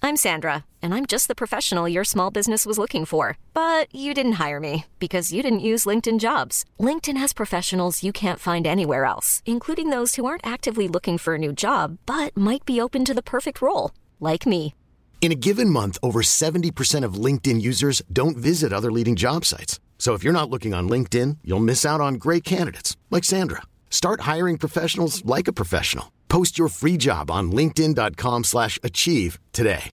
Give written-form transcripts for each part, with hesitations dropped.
I'm Sandra, and I'm just the professional your small business was looking for. But you didn't hire me because you didn't use LinkedIn Jobs. LinkedIn has professionals you can't find anywhere else, including those who aren't actively looking for a new job, but might be open to the perfect role, like me. In a given month, over 70% of LinkedIn users don't visit other leading job sites. So if you're not looking on LinkedIn, you'll miss out on great candidates like Sandra. Start hiring professionals like a professional. Post your free job on linkedin.com/achieve today.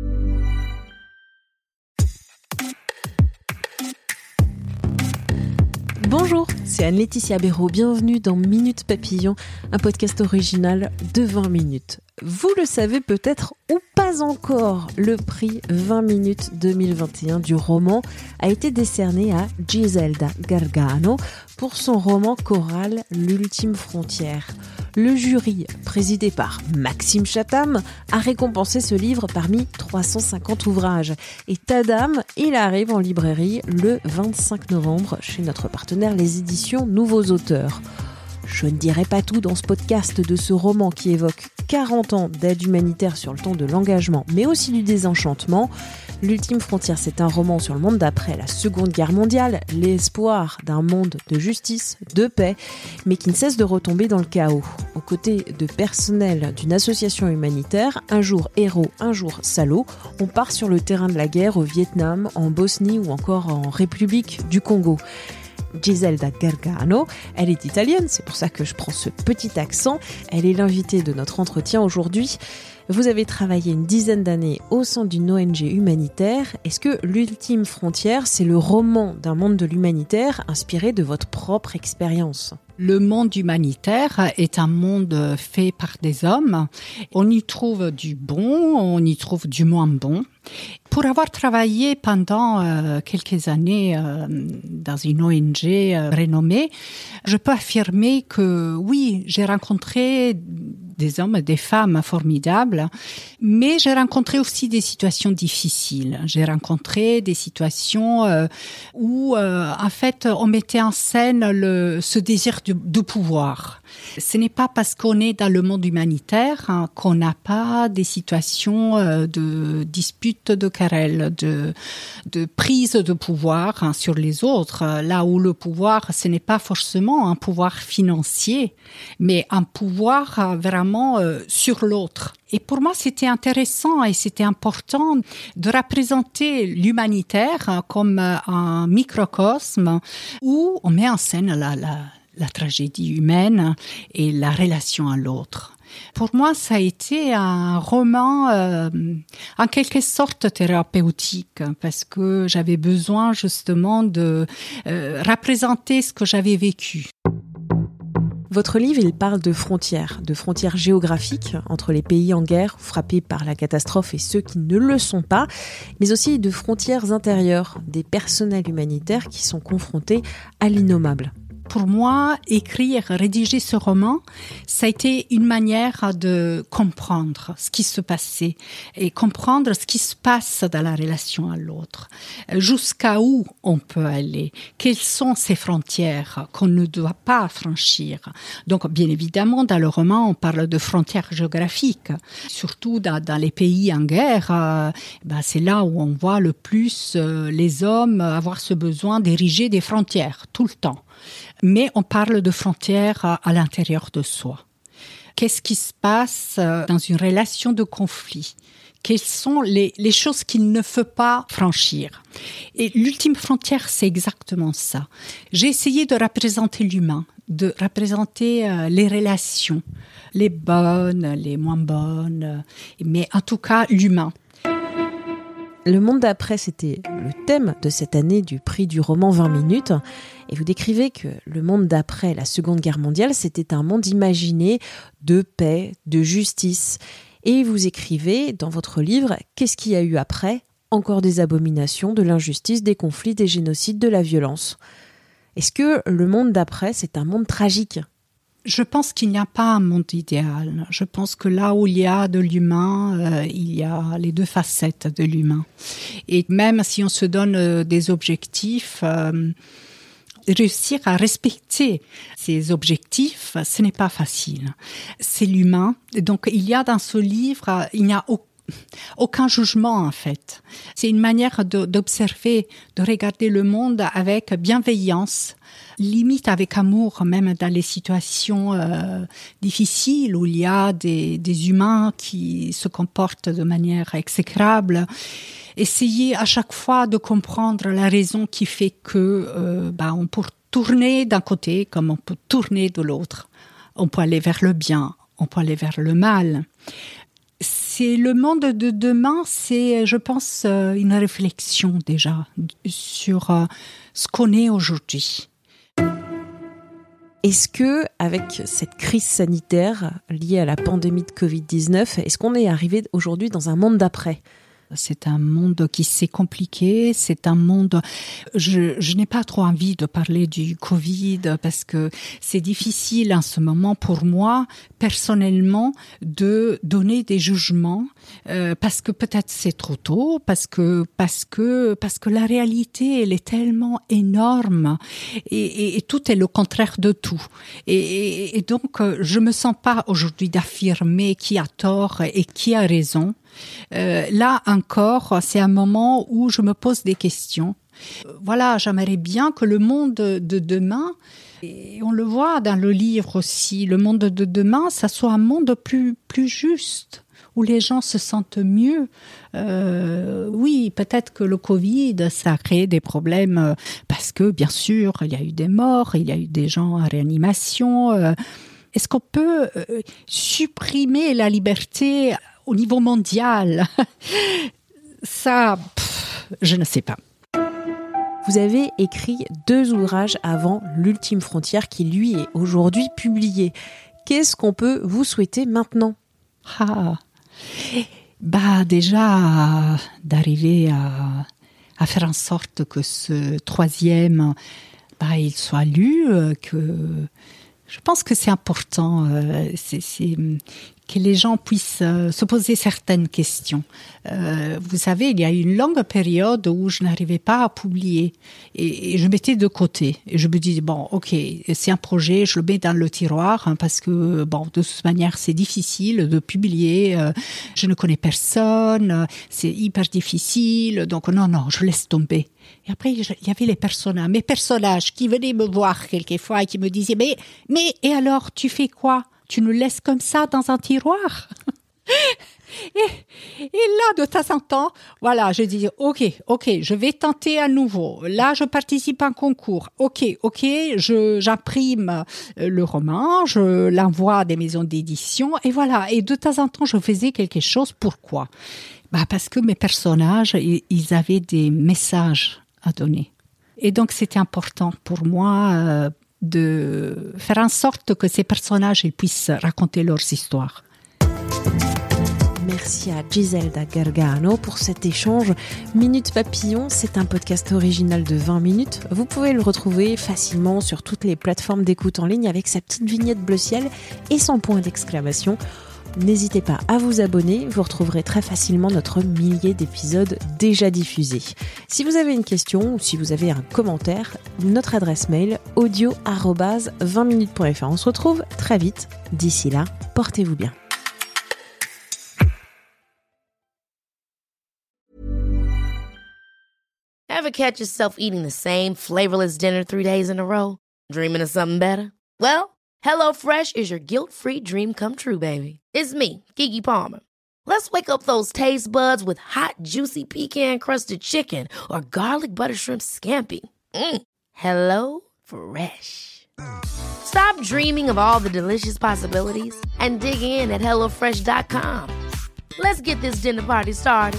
Bonjour, c'est Anne-Laetitia Béraud. Bienvenue dans Minute Papillon, un podcast original de 20 minutes. Vous le savez peut-être ou pas encore, le prix 20 minutes 2021 du roman a été décerné à Giselda Gargano pour son roman choral L'ultime frontière. Le jury, présidé par Maxime Chatham, a récompensé ce livre parmi 350 ouvrages. Et tadam, il arrive en librairie le 25 novembre chez notre partenaire les éditions Nouveaux Auteurs. Je ne dirai pas tout dans ce podcast de ce roman qui évoque 40 ans d'aide humanitaire sur le ton de l'engagement, mais aussi du désenchantement. L'ultime frontière, c'est un roman sur le monde d'après la Seconde Guerre mondiale, l'espoir d'un monde de justice, de paix, mais qui ne cesse de retomber dans le chaos. Aux côtés de personnel d'une association humanitaire, un jour héros, un jour salaud, on part sur le terrain de la guerre au Vietnam, en Bosnie ou encore en République du Congo. Giselda Gargano, elle est italienne, c'est pour ça que je prends ce petit accent. Elle est l'invitée de notre entretien aujourd'hui. Vous avez travaillé une dizaine d'années au sein d'une ONG humanitaire. Est-ce que L'ultime frontière, c'est le roman d'un monde de l'humanitaire inspiré de votre propre expérience ? Le monde humanitaire est un monde fait par des hommes. On y trouve du bon, on y trouve du moins bon. Pour avoir travaillé pendant quelques années dans une ONG renommée, je peux affirmer que oui, j'ai rencontré des hommes et des femmes formidables, mais j'ai rencontré aussi des situations difficiles. J'ai rencontré des situations où, en fait, on mettait en scène ce désir de pouvoir. Ce n'est pas parce qu'on est dans le monde humanitaire qu'on n'a pas des situations de disputes, de querelles, de prise de pouvoir sur les autres. Là où le pouvoir, ce n'est pas forcément un pouvoir financier, mais un pouvoir vraiment sur l'autre. Et pour moi, c'était intéressant et c'était important de représenter l'humanitaire comme un microcosme où on met en scène la tragédie humaine et la relation à l'autre. Pour moi, ça a été un roman en quelque sorte thérapeutique parce que j'avais besoin justement de représenter ce que j'avais vécu. Votre livre, il parle de frontières géographiques entre les pays en guerre frappés par la catastrophe et ceux qui ne le sont pas, mais aussi de frontières intérieures, des personnels humanitaires qui sont confrontés à l'innommable. Pour moi, rédiger ce roman, ça a été une manière de comprendre ce qui se passait et comprendre ce qui se passe dans la relation à l'autre. Jusqu'à où on peut aller? Quelles sont ces frontières qu'on ne doit pas franchir? Donc, bien évidemment, dans le roman, on parle de frontières géographiques. Surtout dans les pays en guerre, c'est là où on voit le plus les hommes avoir ce besoin d'ériger des frontières tout le temps. Mais on parle de frontières à l'intérieur de soi. Qu'est-ce qui se passe dans une relation de conflit? Quelles sont les choses qu'il ne faut pas franchir? Et l'ultime frontière, c'est exactement ça. J'ai essayé de représenter l'humain, de représenter les relations, les bonnes, les moins bonnes, mais en tout cas l'humain. Le monde d'après, c'était le thème de cette année du prix du roman 20 minutes. Et vous décrivez que le monde d'après la Seconde Guerre mondiale, c'était un monde imaginé de paix, de justice. Et vous écrivez dans votre livre « Qu'est-ce qu'il y a eu après ? Encore des abominations, de l'injustice, des conflits, des génocides, de la violence. » Est-ce que le monde d'après, c'est un monde tragique ? Je pense qu'il n'y a pas un monde idéal. Je pense que là où il y a de l'humain, il y a les deux facettes de l'humain. Et même si on se donne des objectifs, réussir à respecter ces objectifs, ce n'est pas facile. C'est l'humain. Donc il y a dans ce livre, il n'y a aucun jugement en fait. C'est une manière d'observer, de regarder le monde avec bienveillance, limite avec amour, même dans les situations difficiles où il y a des humains qui se comportent de manière exécrable. Essayer à chaque fois de comprendre la raison qui fait que on peut tourner d'un côté comme on peut tourner de l'autre. On peut aller vers le bien, on peut aller vers le mal. C'est le monde de demain, c'est, je pense, une réflexion déjà sur ce qu'on est aujourd'hui. Est-ce que, avec cette crise sanitaire liée à la pandémie de Covid-19, est-ce qu'on est arrivé aujourd'hui dans un monde d'après ? C'est un monde qui s'est compliqué, c'est un monde... Je n'ai pas trop envie de parler du Covid parce que c'est difficile en ce moment pour moi, personnellement, de donner des jugements parce que peut-être c'est trop tôt, parce que la réalité, elle est tellement énorme et tout est le contraire de tout. Et donc, je me sens pas aujourd'hui d'affirmer qui a tort et qui a raison. Là encore, c'est un moment où je me pose des questions. Voilà, j'aimerais bien que le monde de demain, et on le voit dans le livre aussi, le monde de demain, ça soit un monde plus juste, où les gens se sentent mieux. Oui, peut-être que le Covid, ça a créé des problèmes parce que, bien sûr, il y a eu des morts, il y a eu des gens en réanimation. Est-ce qu'on peut supprimer la liberté au niveau mondial? Ça, je ne sais pas. Vous avez écrit 2 ouvrages avant L'Ultime Frontière qui, lui, est aujourd'hui publié. Qu'est-ce qu'on peut vous souhaiter maintenant ? Déjà, d'arriver à faire en sorte que ce 3e, il soit lu, que... Je pense que c'est important, que les gens puissent se poser certaines questions. Vous savez, il y a une longue période où je n'arrivais pas à publier et je mettais de côté. Et je me disais, ok, c'est un projet, je le mets dans le tiroir parce que, de toute manière, c'est difficile de publier. Je ne connais personne, c'est hyper difficile. Donc, non, je laisse tomber. Et après, il y avait mes personnages qui venaient me voir quelquefois et qui me disaient, mais, et alors, tu fais quoi? Tu nous laisses comme ça dans un tiroir? et là, de temps en temps, voilà, je dis, ok, je vais tenter à nouveau. Là, je participe à un concours. Ok, j'imprime le roman, je l'envoie à des maisons d'édition, et voilà. Et de temps en temps, je faisais quelque chose. Pourquoi? Parce que mes personnages, ils avaient des messages à donner. Et donc, c'était important pour moi de faire en sorte que ces personnages ils puissent raconter leurs histoires. Merci à Giselda Gargano pour cet échange. Minute Papillon, c'est un podcast original de 20 minutes. Vous pouvez le retrouver facilement sur toutes les plateformes d'écoute en ligne avec sa petite vignette bleu ciel et son point d'exclamation. N'hésitez pas à vous abonner, vous retrouverez très facilement notre millier d'épisodes déjà diffusés. Si vous avez une question ou si vous avez un commentaire, notre adresse mail audio@20minutes.fr. On se retrouve très vite. D'ici là, portez-vous bien. Ever catch yourself eating the same flavorless dinner 3 days in a row? Dreaming of something better? Well, HelloFresh is your guilt-free dream come true, baby. It's me, Keke Palmer. Let's wake up those taste buds with hot, juicy pecan-crusted chicken or garlic butter shrimp scampi. Hello Fresh. Stop dreaming of all the delicious possibilities and dig in at HelloFresh.com. Let's get this dinner party started.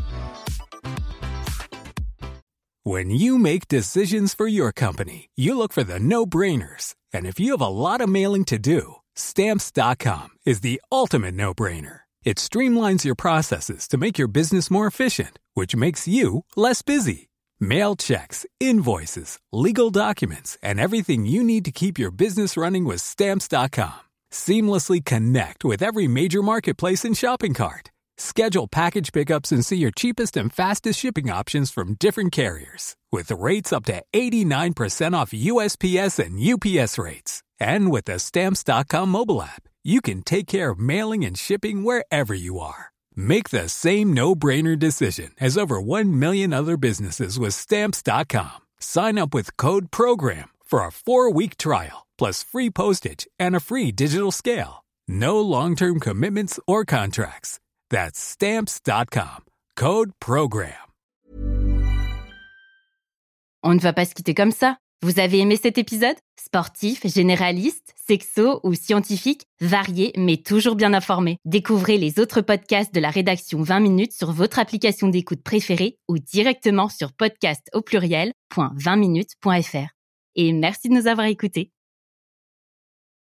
When you make decisions for your company, you look for the no-brainers. And if you have a lot of mailing to do, Stamps.com is the ultimate no-brainer. It streamlines your processes to make your business more efficient, which makes you less busy. Mail checks, invoices, legal documents, and everything you need to keep your business running with Stamps.com. Seamlessly connect with every major marketplace and shopping cart. Schedule package pickups and see your cheapest and fastest shipping options from different carriers. With rates up to 89% off USPS and UPS rates. And with the Stamps.com mobile app, you can take care of mailing and shipping wherever you are. Make the same no-brainer decision as over 1 million other businesses with Stamps.com. Sign up with Code PROGRAM for a 4-week trial, plus free postage and a free digital scale. No long-term commitments or contracts. That's Stamps.com. Code PROGRAM. On ne va pas se quitter comme ça. Vous avez aimé cet épisode ? Sportif, généraliste, sexo ou scientifique, varié mais toujours bien informé. Découvrez les autres podcasts de la rédaction 20 minutes sur votre application d'écoute préférée ou directement sur podcast au pluriel.20minutes.fr. Et merci de nous avoir écoutés.